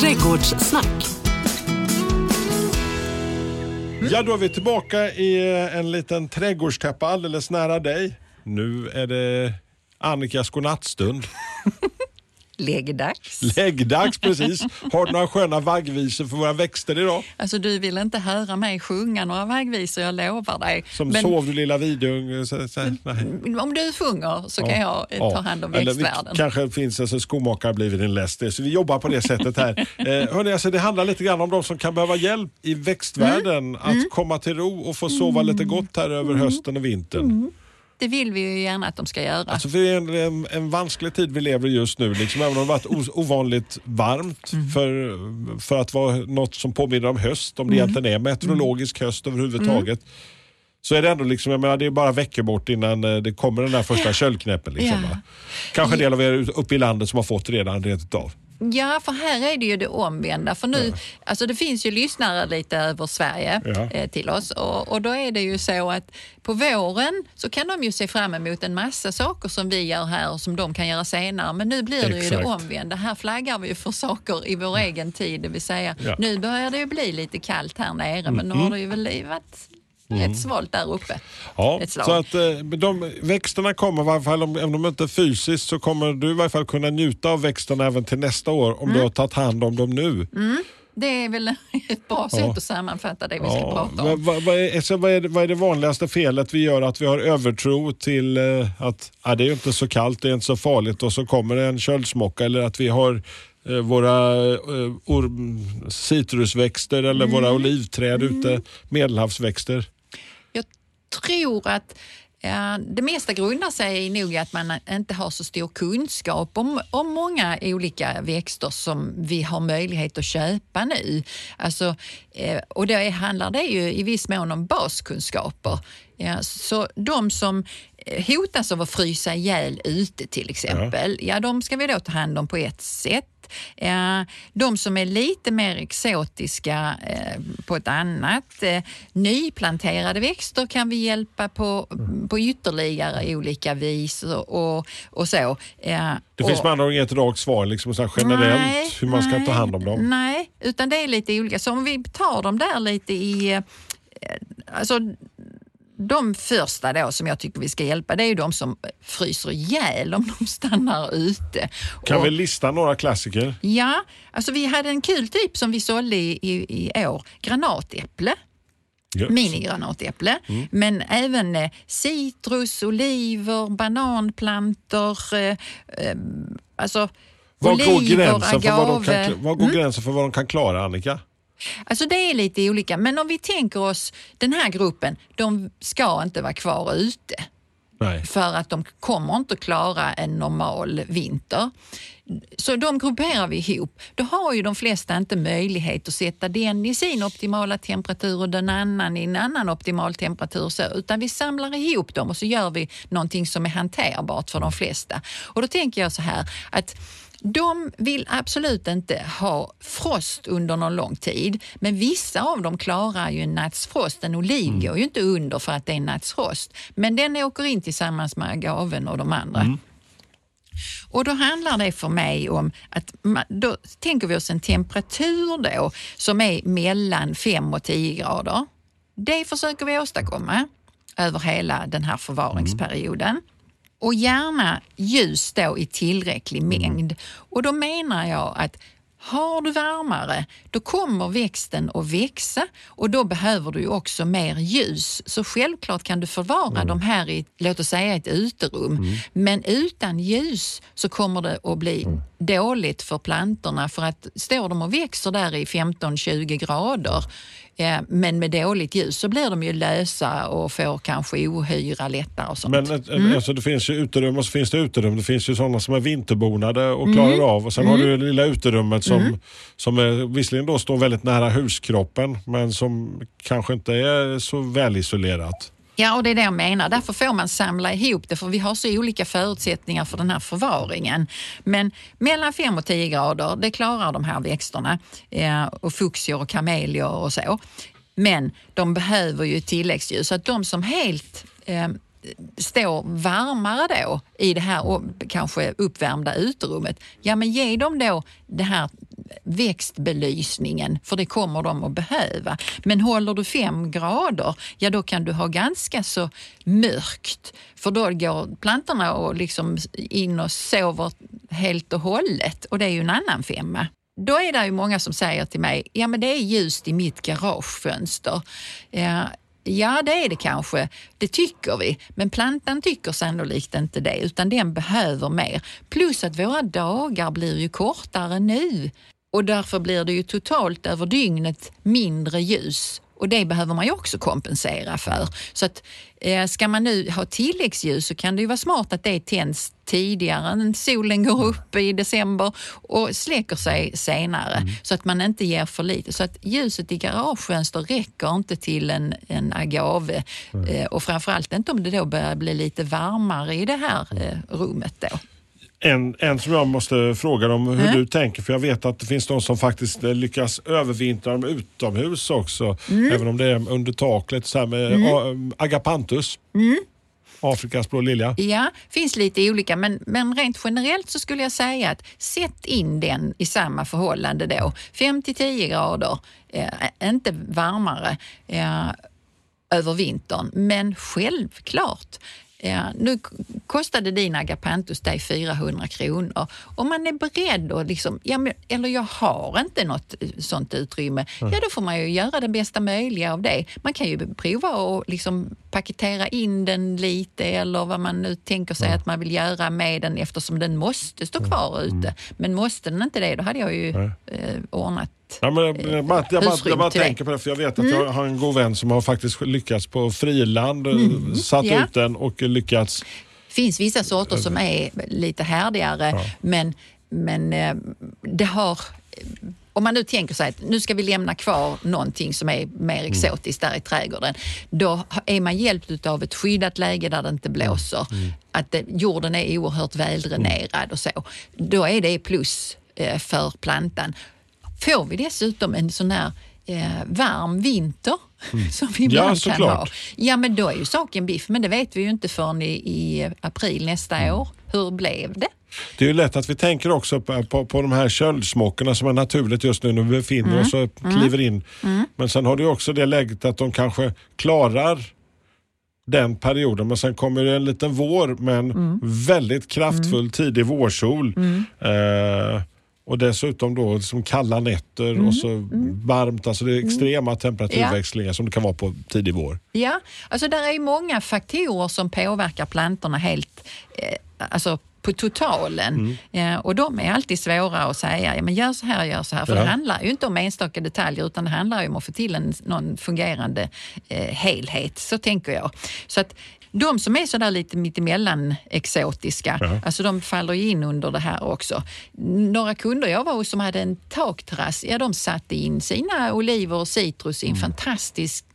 Trädgårdssnack. Ja, då är vi tillbaka i en liten trädgårdstäppa alldeles nära dig. Nu är det Annikas godnattstund. Läggdags, precis. Har du några sköna vaggvisor för våra växter idag? Alltså du vill inte höra mig sjunga några vaggvisor, jag lovar dig. Som sov du lilla vidung? Om du sjunger så kan jag ta hand om växtvärlden. Kanske finns alltså skomakare blivit en läst. Så vi jobbar på det sättet här. Hörrni, alltså det handlar lite grann om de som kan behöva hjälp i växtvärlden. Att komma till ro och få sova lite gott här över hösten och vintern. Det vill vi ju gärna att de ska göra. Alltså för det är en vansklig tid vi lever just nu. Liksom, även om det har varit ovanligt varmt för att vara något som påminner om höst. Om det egentligen är meteorologisk höst överhuvudtaget. Så är det ändå liksom, jag menar, det är bara veckor bort innan det kommer den där första köldknäppen. Liksom, va? Kanske en del av er uppe i landet som har fått redan rent av. Ja, för här är det ju det omvända. För nu, alltså det finns ju lyssnare lite över Sverige till oss. Och då är det ju så att på våren så kan de ju se fram emot en massa saker som vi gör här och som de kan göra senare. Men nu blir det ju det omvända. Här flaggar vi ju för saker i vår egen tid. Det vill säga, nu börjar det ju bli lite kallt här nere. Men nu har det ju väl varit rätt svalt där uppe. Ja, så att de växterna kommer i varje fall, om de inte är fysiskt så kommer du i varje fall kunna njuta av växterna även till nästa år om du har tagit hand om dem nu. Det är väl ett bra sätt att sammanfatta det vi ska prata om. Vad är det vanligaste felet vi gör? Att vi har övertro till att det är ju inte så kallt, det är inte så farligt och så kommer det en köldsmocka, eller att vi har våra citrusväxter eller våra olivträd ute, medelhavsväxter. Jag tror att det mesta grundar sig nog i att man inte har så stor kunskap om många olika växter som vi har möjlighet att köpa nu. Alltså, och det handlar det ju i viss mån om baskunskaper. Ja, så de som hotas av att frysa ihjäl ute till exempel, de ska vi då ta hand om på ett sätt. De som är lite mer exotiska på ett annat. Nyplanterade växter kan vi hjälpa på ytterligare olika vis och så. Det finns med andra inget rakt svar liksom, så generellt hur man ska ta hand om dem. Nej, utan det är lite olika. Så om vi tar dem där lite i... Alltså, de första då som jag tycker vi ska hjälpa, det är ju de som fryser ihjäl om de stannar ute. Kan vi lista några klassiker? Ja, alltså vi hade en kul typ som vi sålde i år. Granatäpple. Minigranatäpple. Men även citrus, oliver, bananplantor, alltså oliver, agave. Vad går gränsen för vad de kan klara, Annika? Alltså det är lite olika, men om vi tänker oss den här gruppen, de ska inte vara kvar ute. Nej. För att de kommer inte att klara en normal vinter. Så de grupperar vi ihop. Då har ju de flesta inte möjlighet att sätta den i sin optimala temperatur och den annan i en annan optimal temperatur. Utan vi samlar ihop dem och så gör vi någonting som är hanterbart för de flesta. Och då tänker jag så här att de vill absolut inte ha frost under någon lång tid, men vissa av dem klarar ju en nattsfrost. En oliv går ju inte under för att det är en nattsfrost, men den åker in tillsammans med agaven och de andra. Och då handlar det för mig om att då tänker vi oss en temperatur då som är mellan 5 och 10 grader. Det försöker vi åstadkomma över hela den här förvaringsperioden. Och gärna ljus då i tillräcklig mängd. Och då menar jag att har du varmare, då kommer växten att växa och då behöver du ju också mer ljus. Så självklart kan du förvara de här i, låt oss säga, ett uterum. Men utan ljus så kommer det att bli dåligt för plantorna, för att står de och växer där i 15-20 grader men med dåligt ljus så blir de ju lösa och får kanske ohyra lättare och sånt. Men alltså, det finns ju uterum och så finns det uterum. Det finns ju sådana som är vinterbonade och klarar av. Och sen har du det lilla uterummet som är, visserligen då står väldigt nära huskroppen, men som kanske inte är så välisolerat. Ja, och det är det jag menar. Därför får man samla ihop det, för vi har så olika förutsättningar för den här förvaringen. Men mellan 5 och 10 grader, det klarar de här växterna. Och fuchsior och kamelior och så. Men de behöver ju tilläggsljus. Så att de som helt står varmare då i det här och kanske uppvärmda uterummet, ja men ge dem då det här växtbelysningen, för det kommer de att behöva. Men håller du 5 grader, ja då kan du ha ganska så mörkt, för då går plantorna och liksom in och sover helt och hållet, och det är ju en annan 5. Då är det ju många som säger till mig, ja men det är ljust i mitt garagefönster. Ja, det är det kanske. Det tycker vi. Men plantan tycker sannolikt inte det, utan den behöver mer. Plus att våra dagar blir ju kortare nu. Och därför blir det ju totalt över dygnet mindre ljus. Och det behöver man ju också kompensera för. Så att ska man nu ha tilläggsljus så kan det ju vara smart att det tänds tidigare än solen går upp i december och släcker sig senare. Så att man inte ger för lite. Så att ljuset i garagefönster räcker inte till en agave. Och framförallt inte om det då börjar bli lite varmare i det här rummet då. En som jag måste fråga om hur du tänker, för jag vet att det finns de som faktiskt lyckas övervintra med utomhus också, även om det är under taket, så här med agapanthus. Afrikas blå lilja. Ja, finns lite olika, men rent generellt så skulle jag säga att sätt in den i samma förhållande då. 5-10 grader, inte varmare över vintern, men självklart. Nu kostade din agapanthus dig 400 kronor. Om man är beredd att liksom, eller jag har inte något sånt utrymme, ja då får man ju göra det bästa möjliga av det. Man kan ju prova att liksom paketera in den lite, eller vad man nu tänker sig att man vill göra med den, eftersom den måste stå kvar ute. Men måste den inte det, då hade jag ju ordnat. Ja, men jag bara tänker på det, för jag vet att jag har en god vän som har faktiskt lyckats på friland, satt ut den och lyckats. Det finns vissa sorter som är lite härdigare, men det har, om man nu tänker sig att nu ska vi lämna kvar någonting som är mer exotiskt där i trädgården, då är man hjälpt av ett skyddat läge där det inte blåser, att jorden är oerhört väldränerad och så. Då är det plus för plantan. Får vi dessutom en sån här varm vinter som vi ibland kan ha, ja men då är ju saken biff, men det vet vi ju inte förrän i april nästa år. Hur blev det? Det är ju lätt att vi tänker också på de här köldsmockorna som är naturligt just nu när vi befinner oss och kliver in. Men sen har du också det läget att de kanske klarar den perioden, men sen kommer det en liten vår med en väldigt kraftfull tidig vårsol. Och dessutom då som kalla nätter och så varmt, alltså det är extrema temperaturväxlingar som det kan vara på tidig vår. Ja, alltså där är ju många faktorer som påverkar plantorna helt, alltså på totalen. Och de är alltid svåra att säga, ja men gör så här. För det handlar ju inte om enstaka detaljer, utan det handlar ju om att få till någon fungerande helhet, så tänker jag. Så att de som är sådär lite mittemellan exotiska, alltså de faller in under det här också. Några kunder jag var hos som hade en takterrass, ja de satte in sina oliver och citrus i en fantastisk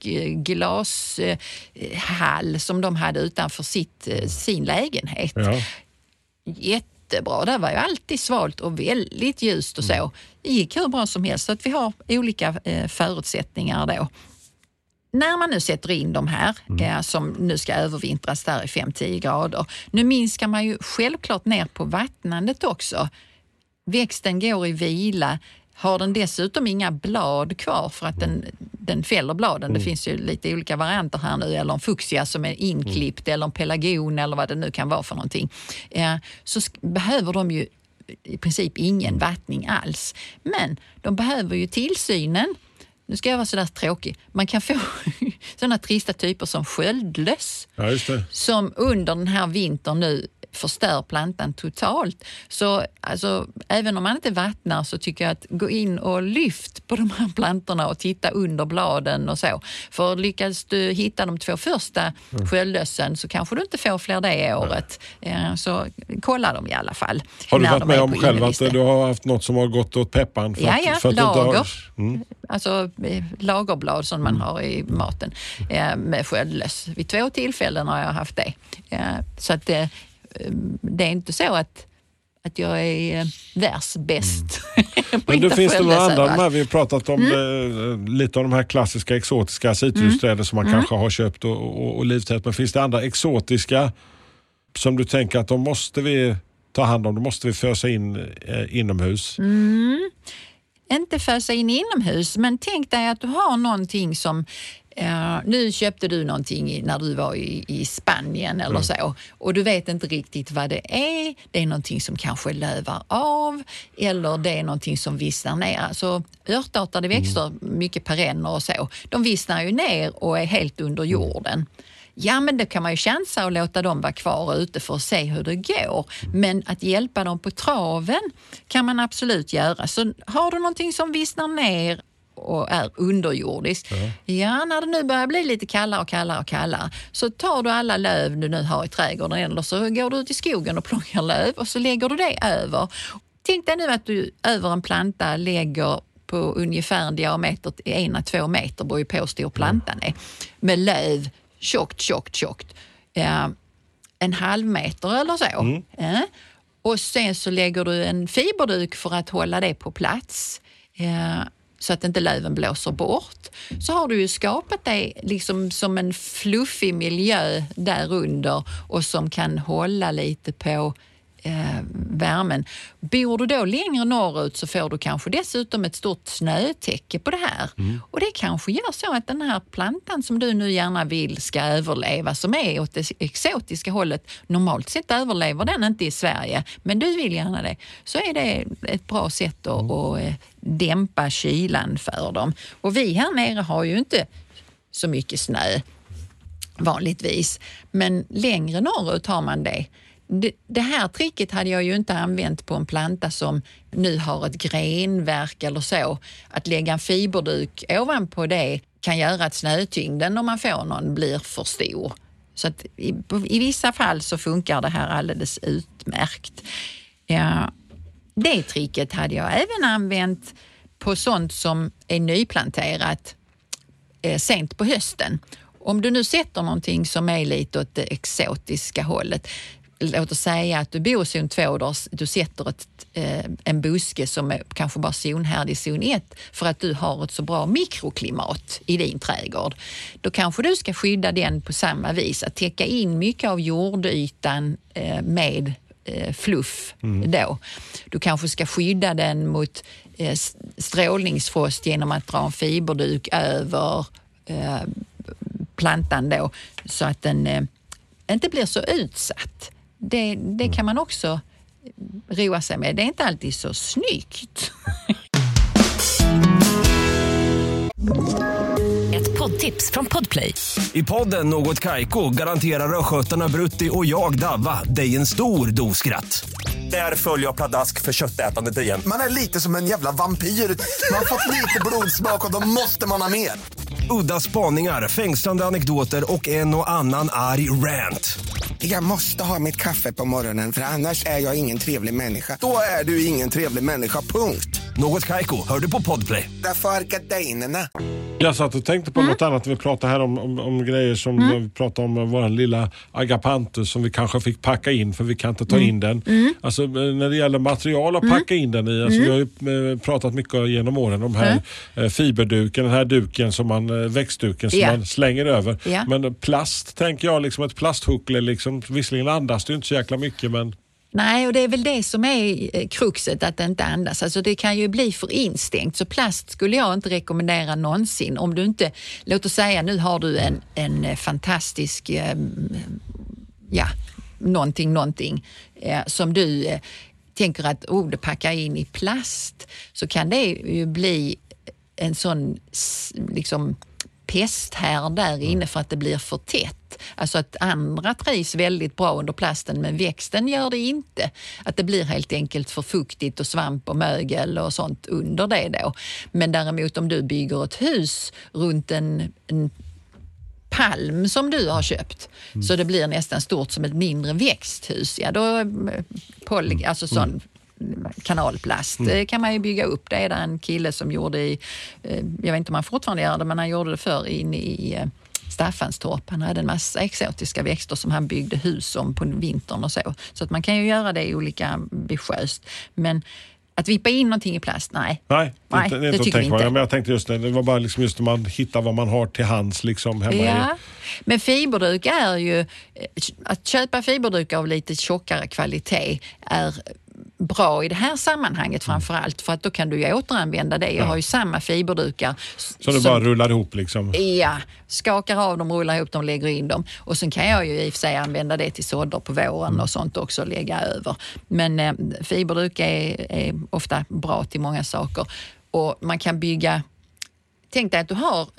glashall som de hade utanför sin lägenhet. Jättebra, det var ju alltid svalt och väldigt ljust och så. Det gick hur bra som helst, så att vi har olika förutsättningar då. När man nu sätter in de här som nu ska övervintras där i 5-10 grader, nu minskar man ju självklart ner på vattnandet också. Växten går i vila. Har den dessutom inga blad kvar för att den fäller bladen. Det finns ju lite olika varianter här nu, eller en fuchsia som är inklippt eller en pelargon eller vad det nu kan vara för någonting. Så behöver de ju i princip ingen vattning alls. Men de behöver ju tillsynen. Nu ska jag vara sådär tråkig. Man kan få sådana trista typer som sköldlöss. Ja, just det. Som under den här vintern nu förstör plantan totalt. Så alltså, även om man inte vattnar så tycker jag att gå in och lyft på de här plantorna och titta under bladen och så. För lyckas du hitta de 2 första sköldlössen så kanske du inte får fler det året. Så kolla dem i alla fall. Har du varit med om själv att du har haft något som har gått åt peppan? För lager. Alltså lagerblad som man har i maten med sköldlöss. Vid 2 tillfällen har jag haft det. Så att det är inte så att att jag är världsbäst. Men det finns det några andra, vi har pratat om lite av de här klassiska exotiska citrusträden som man kanske har köpt och livtätt. Men finns det andra exotiska som du tänker att de måste vi ta hand om, de måste vi fösa in inomhus? Inte fösa in inomhus, men tänk dig att du har någonting som nu köpte du någonting när du var i Spanien eller så, och du vet inte riktigt vad det är. Det är någonting som kanske lövar av, eller det är någonting som vissnar ner. Alltså örtartade växter, mycket perenner och så, de vissnar ju ner och är helt under jorden. Ja, men då kan man ju chansa och låta dem vara kvar ute för att se hur det går. Men att hjälpa dem på traven kan man absolut göra. Så har du någonting som vissnar ner och är underjordiskt, ja, när det nu börjar bli lite kallare, så tar du alla löv du nu har i trädgården, eller så går du ut i skogen och plockar löv och så lägger du det över. Tänk dig nu att du över en planta lägger på ungefär en diameter 1-2 meter, beror ju på hur stor plantan är, med löv tjockt. En halv meter eller så. Och sen så lägger du en fiberduk för att hålla det på plats. Så att inte löven blåser bort. Så har du ju skapat det liksom som en fluffig miljö där under och som kan hålla lite på värmen. Bor du då längre norrut så får du kanske dessutom ett stort snötäcke på det här. Och det kanske gör så att den här plantan som du nu gärna vill ska överleva, som är åt det exotiska hållet, normalt sett överlever den inte i Sverige, men du vill gärna det, så är det ett bra sätt att dämpa kylan för dem. Och vi här nere har ju inte så mycket snö vanligtvis, men längre norrut har man det. Det här tricket hade jag ju inte använt på en planta som nu har ett grenverk eller så. Att lägga en fiberduk ovanpå det kan göra att snötyngden, om man får någon, blir för stor. Så att i vissa fall så funkar det här alldeles utmärkt. Ja, det tricket hade jag även använt på sånt som är nyplanterat sent på hösten. Om du nu sätter någonting som är lite åt det exotiska hållet, låt oss säga att du bor i zon 2 och du sätter en buske som är kanske bara zonhärdig i zon 1 för att du har ett så bra mikroklimat i din trädgård. Då kanske du ska skydda den på samma vis, att täcka in mycket av jordytan med fluff då. Du kanske ska skydda den mot strålningsfrost genom att dra en fiberduk över plantan då, så att den inte blir så utsatt. Det kan man också roa sig med. Det är inte alltid så snyggt. Ett poddtips från Podplay. I podden Något Kaiko garanterar röskötarna Brutti och jag Davva dig en stor doskratt. Där följer jag pladask för köttätandet igen. Man är lite som en jävla vampyr. Man har fått lite blodsmak och då måste man ha mer. Udda spaningar, fängslande anekdoter och en och annan arg rant. Jag måste ha mitt kaffe på morgonen för annars är jag ingen trevlig människa. Då är du ingen trevlig människa, punkt. Något Kaiko, hör du på Podplay. Därför är gardinerna. Jag satt och tänkte på något annat. Vi pratade här om grejer som vi pratade om vår lilla agapantus som vi kanske fick packa in för vi kan inte ta in den. Alltså när det gäller material att packa in den i. Alltså, vi har ju pratat mycket genom åren om här fiberduken, den här duken som man, växtduken som man slänger över. Men plast tänker jag, liksom ett plasthuckle, liksom, visserligen andas det inte så jäkla mycket, men... Nej, och det är väl det som är kruxet, att det inte andas. Alltså det kan ju bli för instängt, så plast skulle jag inte rekommendera någonsin. Om du inte, låt oss säga, nu har du en fantastisk, någonting som du tänker att det packar in i plast, så kan det ju bli en sån liksom pest här där inne för att det blir för tätt. Alltså att andra trivs väldigt bra under plasten, men växten gör det inte. Att det blir helt enkelt för fuktigt och svamp och mögel och sånt under det då. Men däremot om du bygger ett hus runt en palm som du har köpt, så det blir nästan stort som ett mindre växthus. Ja, då alltså sån kanalplast kan man ju bygga upp. Det är en kille som gjorde jag vet inte om han fortfarande gör det, men han gjorde det förr inne i Staffanstorp. Han hade en massa exotiska växter som han byggde hus om på vintern och så. Så att man kan ju göra det olika ambitiöst. Men att vippa in någonting i plast, nej. Nej, det tycker vi inte. Men jag tänkte just det var bara liksom just när man hittar vad man har till hands liksom hemma. Ja, men fiberduk är ju, att köpa fiberduk av lite tjockare kvalitet är bra i det här sammanhanget framförallt, för att då kan du ju återanvända det. Jag har ju samma fiberdukar. Så du bara rullar ihop liksom? Ja, skakar av dem, rullar ihop dem, lägger in dem. Och sen kan jag ju i och för sig använda det till sådder på våren och sånt också, lägga över. Men fiberduk är ofta bra till många saker. Och man kan bygga, tänk dig att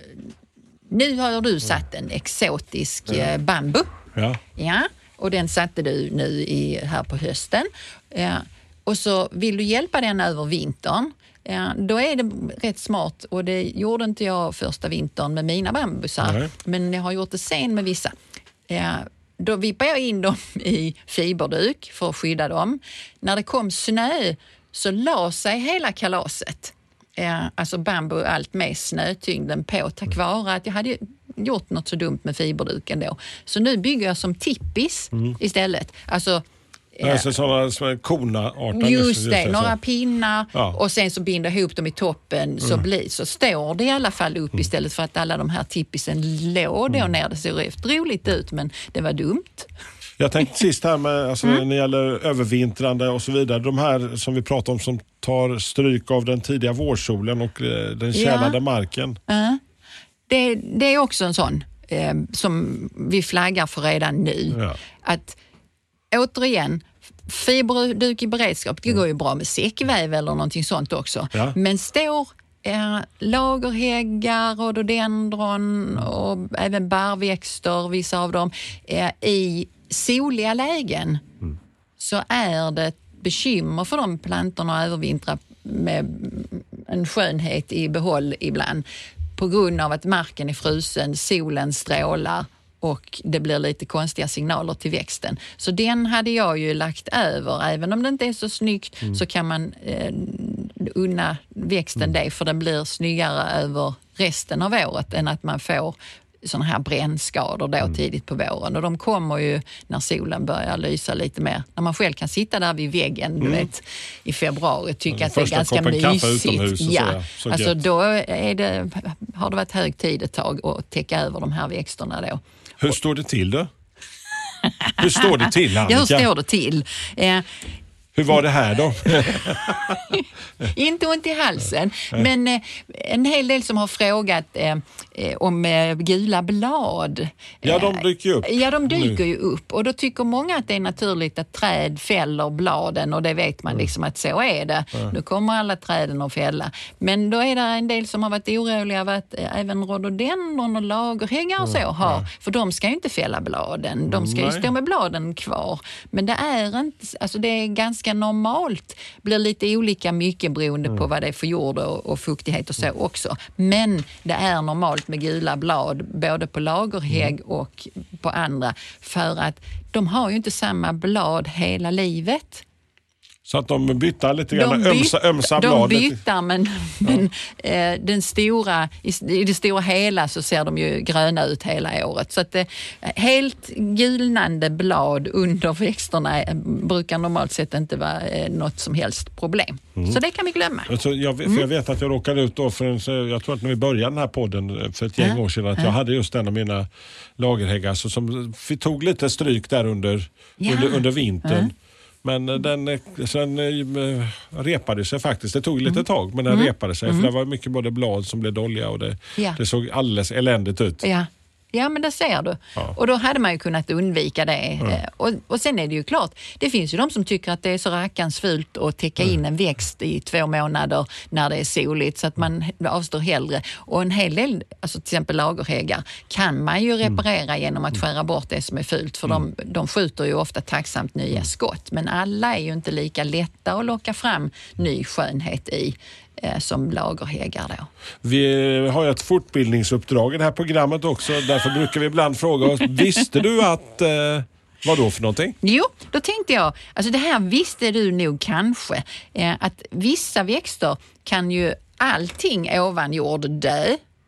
nu har du satt en exotisk bambu. Ja, och den satte du nu här på hösten. Och så vill du hjälpa den över vintern. Då är det rätt smart, och det gjorde inte jag första vintern med mina bambusar. Nej. Men jag har gjort det sen med vissa. Då vippar jag in dem i fiberduk för att skydda dem. När det kom snö så la sig hela kalaset. Alltså bambu allt med snötyngden på, tack vare att jag hade gjort något så dumt med fiberduken då. Så nu bygger jag som tippis istället. Alltså sådana kona-arter. Just det, några pinnar och sen så binder ihop dem i toppen så står det i alla fall upp istället för att alla de här tippisen låg då ner. Det ser rätt roligt ut, men det var dumt. Jag tänkte sist här med, när det gäller övervintrande och så vidare, de här som vi pratar om som tar stryk av den tidiga vårsolen och den tjälade marken. Det är också en sån som vi flaggar för redan nu. Ja. Att återigen, fiberduk i beredskap, det går ju bra med säckväv eller någonting sånt också. Ja. Men står lagerhäggar, rhododendron och även barrväxter, vissa av dem, i soliga lägen så är det ett bekymmer för de plantorna att övervintra med en skönhet i behåll ibland. På grund av att marken är frusen, solen strålar och det blir lite konstiga signaler till växten. Så den hade jag ju lagt över. Även om det inte är så snyggt så kan man unna växten det, för den blir snyggare över resten av året än att man får såna här brännskador då tidigt på våren. Och de kommer ju när solen börjar lysa lite mer. När man själv kan sitta där vid väggen du vet, i februari, tycker att det är ganska mysigt. Ja, alltså då har det varit hög tid ett tag att täcka över de här växterna då. Hur står det till då? Hur står det till, Annika? Hur står det till? Hur var det här då? Inte ont i halsen, men en hel del som har frågat om gula blad. Ja, de dyker ju upp. Ja, de dyker ju upp, och då tycker många att det är naturligt att träd fäller bladen, och det vet man liksom att så är det. Nu kommer alla träden att fälla. Men då är det en del som har varit oroliga över att även rhododendron och lagerhäggar och så har, för de ska ju inte fälla bladen. De ska ju stå med bladen kvar. Men det är inte, alltså det är ganska normalt, blir lite olika mycket beroende på vad det är för jord och fuktighet och så också. Men det är normalt med gula blad både på lagerhägg och på andra, för att de har ju inte samma blad hela livet. Så att de byter lite grann, ömsa blad. De byter, men i det stora hela så ser de ju gröna ut hela året. Så att helt gulnande blad under växterna brukar normalt sett inte vara något som helst problem. Så det kan vi glömma. Alltså jag vet att jag råkade ut då jag tror att när vi började den här podden för ett gäng år sedan, att jag hade just en av mina lagerhäggar som tog lite stryk där under vintern. Men den repade sig faktiskt. Det tog lite tag, men den repade sig. För det var mycket både blad som blev dåliga och det såg alldeles eländigt ut. Ja, men det ser du. Ja. Och då hade man ju kunnat undvika det. Och sen är det ju klart, det finns ju de som tycker att det är så rackans fult att täcka in en växt i 2 månader när det är soligt, så att man avstår hellre. Och en hel del, alltså till exempel lagerhäggar, kan man ju reparera genom att skära bort det som är fult. För de skjuter ju ofta tacksamt nya skott. Men alla är ju inte lika lätta att locka fram ny skönhet i som lagerhäggar då. Vi har ju ett fortbildningsuppdrag i det här programmet också. Därför brukar vi ibland fråga oss, visste du att vad då för någonting? Jo, då tänkte jag, alltså det här visste du nog kanske, att vissa växter kan ju allting ovan jord dö.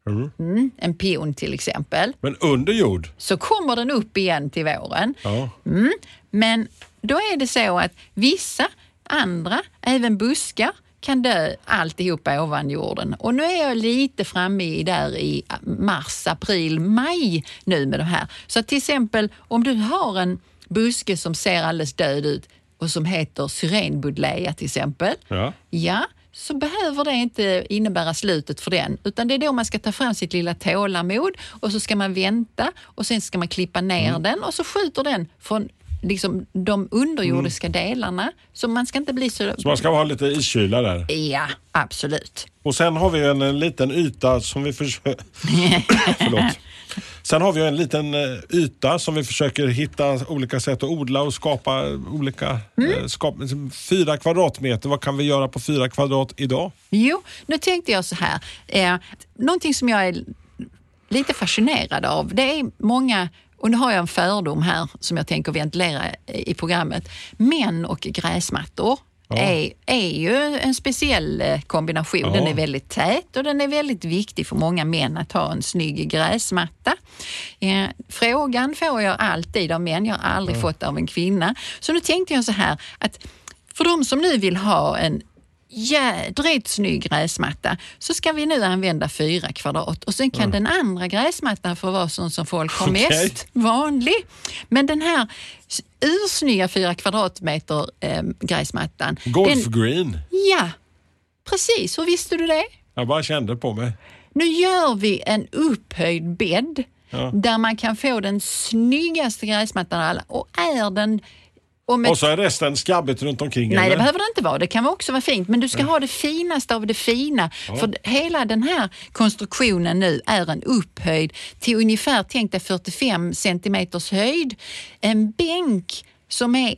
en pion till exempel. Men under jord? Så kommer den upp igen till våren. Ja. Men då är det så att vissa andra, även buskar, kan dö alltihopa ovan jorden. Och nu är jag lite framme i mars, april, maj nu med det här. Så till exempel om du har en buske som ser alldeles död ut och som heter syrenbudleja till exempel. Ja, så behöver det inte innebära slutet för den. Utan det är då man ska ta fram sitt lilla tålamod och så ska man vänta och sen ska man klippa ner den och så skjuter den från liksom de underjordiska delarna. Så man ska inte bli så man ska ha lite iskyla där? Ja, absolut. Och sen har vi en liten yta som vi försöker... Förlåt. Sen har vi en liten yta som vi försöker hitta olika sätt att odla och skapa olika... 4 kvadratmeter, vad kan vi göra på 4 kvadrat idag? Jo, nu tänkte jag så här. Någonting som jag är lite fascinerad av, det är många... Och nu har jag en fördom här som jag tänker ventilera i programmet. Män och gräsmattor är ju en speciell kombination. Ja. Den är väldigt tät och den är väldigt viktig för många män att ha en snygg gräsmatta. Frågan får jag alltid av män, jag har aldrig fått av en kvinna. Så nu tänkte jag så här att för de som nu vill ha en jädrigt snygg gräsmatta så ska vi nu använda 4 kvadrat och sen kan den andra gräsmattan få vara sån som folk har mest vanlig. Men den här ursnygga 4 kvadratmeter gräsmattan. Golfgreen. Ja, precis. Hur visste du det? Jag bara kände på mig. Nu gör vi en upphöjd bädd där man kan få den snyggaste gräsmattan av alla och är den... Och så är resten skabbigt runt omkring? Nej, eller? Det behöver det inte vara. Det kan också vara fint. Men du ska ha det finaste av det fina. Ja. För hela den här konstruktionen nu är en upphöjd till ungefär, tänk dig 45 centimeters höjd. En bänk som är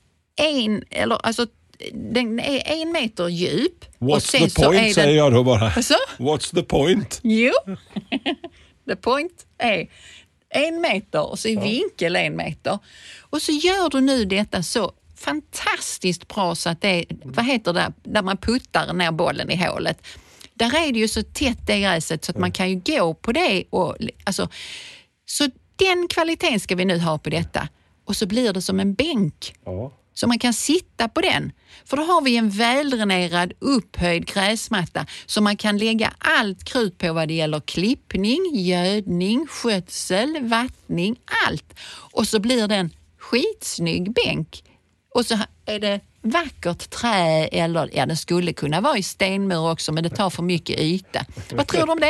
den är 1 meter djup. What's the point, säger jag då bara. Alltså? What's the point? Jo, the point är 1 meter och så i vinkel 1 meter. Och så gör du nu detta så fantastiskt bra så att det är, vad heter det, där man puttar ner bollen i hålet. Där är det ju så tätt det gräset så att man kan ju gå på det. Och, alltså, så den kvaliteten ska vi nu ha på detta. Och så blir det som en bänk. Ja. Så man kan sitta på den. För då har vi en väldränerad upphöjd gräsmatta som man kan lägga allt krut på vad det gäller klippning, gödning, skötsel, vattning, allt. Och så blir det en skitsnygg bänk. Och så är det vackert trä eller det skulle kunna vara i stenmur också men det tar för mycket yta. Vad tror du om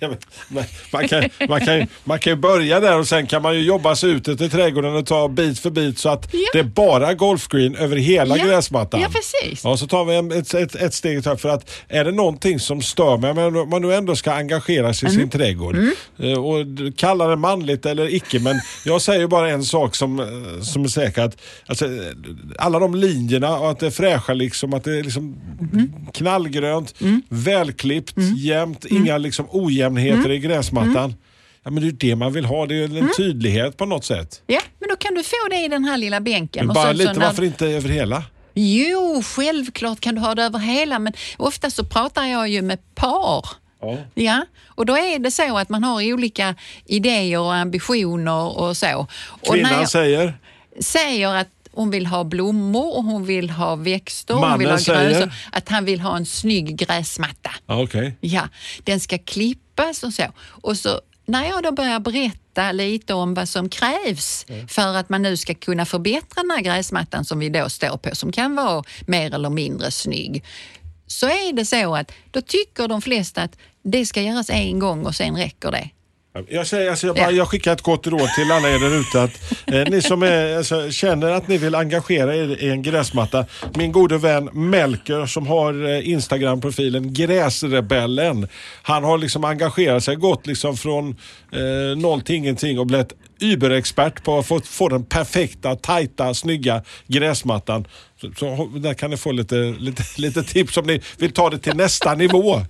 det? Man kan ju börja där och sen kan man ju jobba sig ut i trädgården och ta bit för bit så att det är bara golfgreen över hela gräsmattan. Ja, precis. Ja, så tar vi ett steg för att är det någonting som stör mig men man nu ändå ska engagera sig i sin trädgård och kalla det manligt eller icke, men jag säger bara en sak som är säker att alltså, alla de linjerna och att det är fräscha liksom, att det är liksom knallgrönt, välklippt, jämnt, inga liksom ojämnheter i gräsmattan. Ja, men det är det man vill ha, det är en tydlighet på något sätt. Ja, men då kan du få det i den här lilla bänken. Men bara lite, varför inte över hela? Jo, självklart kan du ha det över hela, men ofta så pratar jag ju med par. Ja, och då är det så att man har olika idéer och ambitioner och så. Kvinnan säger att hon vill ha blommor och hon vill ha växter. Mannen hon vill ha säger att han vill ha en snygg gräsmatta. Okay. Ja, den ska klippas och så. Och så när jag då börjar berätta lite om vad som krävs för att man nu ska kunna förbättra den här gräsmattan som vi då står på, som kan vara mer eller mindre snygg, så är det så att då tycker de flesta att det ska göras en gång och sen räcker det. Jag säger, jag skickar ett gott råd till alla er där ute att ni som känner att ni vill engagera er i en gräsmatta, min gode vän Melker som har Instagram-profilen Gräsrebellen, han har liksom engagerat sig gott liksom från 0 till ingenting och blivit überexpert på att få den perfekta, tajta, snygga gräsmattan. Så där kan ni få lite tips om ni vill ta det till nästa nivå.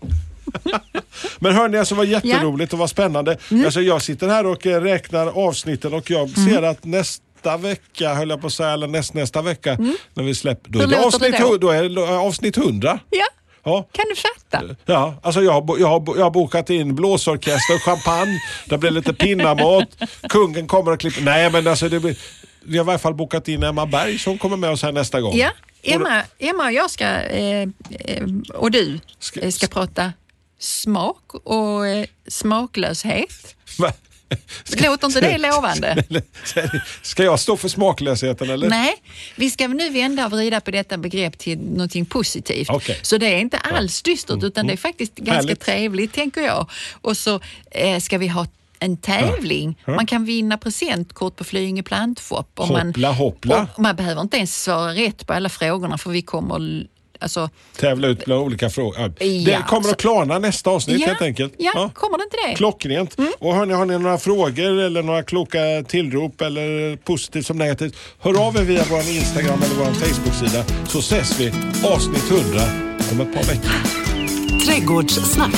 Men hörni, alltså var jätteroligt och var spännande. Alltså, jag sitter här och räknar avsnitten och jag ser att nästa vecka, höll jag på att säga, eller nästa vecka när vi släpper, då är det avsnitt 100. Ja. Ja. Kan du fatta? Ja, alltså jag har bokat in blåsorkester, champagne, det blir lite pinnamat, kungen kommer och klipper. Nej, men alltså vi har i alla fall bokat in Emma Berg som kommer med oss här nästa gång. Ja, Emma och jag ska, och du ska prata smak och smaklöshet. Låter inte det lovande? Ska jag stå för smaklösheten eller? Nej, vi ska nu vända och vrida på detta begrepp till någonting positivt. Okay. Så det är inte alls dystert utan det är faktiskt ganska trevligt tänker jag. Och så ska vi ha en tävling. Man kan vinna presentkort på Flyinge Plantshop. Hoppla. Man behöver inte ens svara rätt på alla frågorna för vi kommer tävla ut bland olika frågor. Det kommer att klarna nästa avsnitt helt enkelt. Ja, kommer det inte det? Klockrent. Och hörni, har ni några frågor eller några kloka tillrop eller positivt som negativt, hör av er via vår Instagram eller vår Facebook-sida så ses vi avsnitt 100 om ett par veckor. Trädgårdssnack.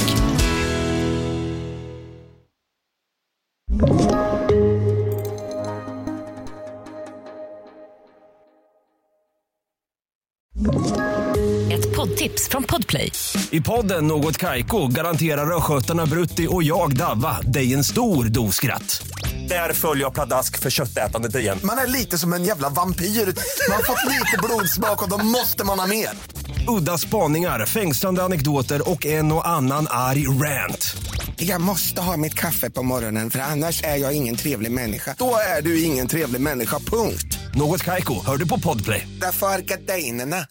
Ett poddtips från Podplay. I podden Något Kaiko garanterar röskötarna Brutti och jag Davva dig en stor doskratt. Där följer jag pladask för köttätandet igen. Man är lite som en jävla vampyr. Man har fått lite blodsmak och då måste man ha mer. Udda spaningar, fängslande anekdoter och en och annan arg rant. Jag måste ha mitt kaffe på morgonen för annars är jag ingen trevlig människa. Då är du ingen trevlig människa, punkt. Något Kaiko, hör du på Podplay. Därför är gardinerna.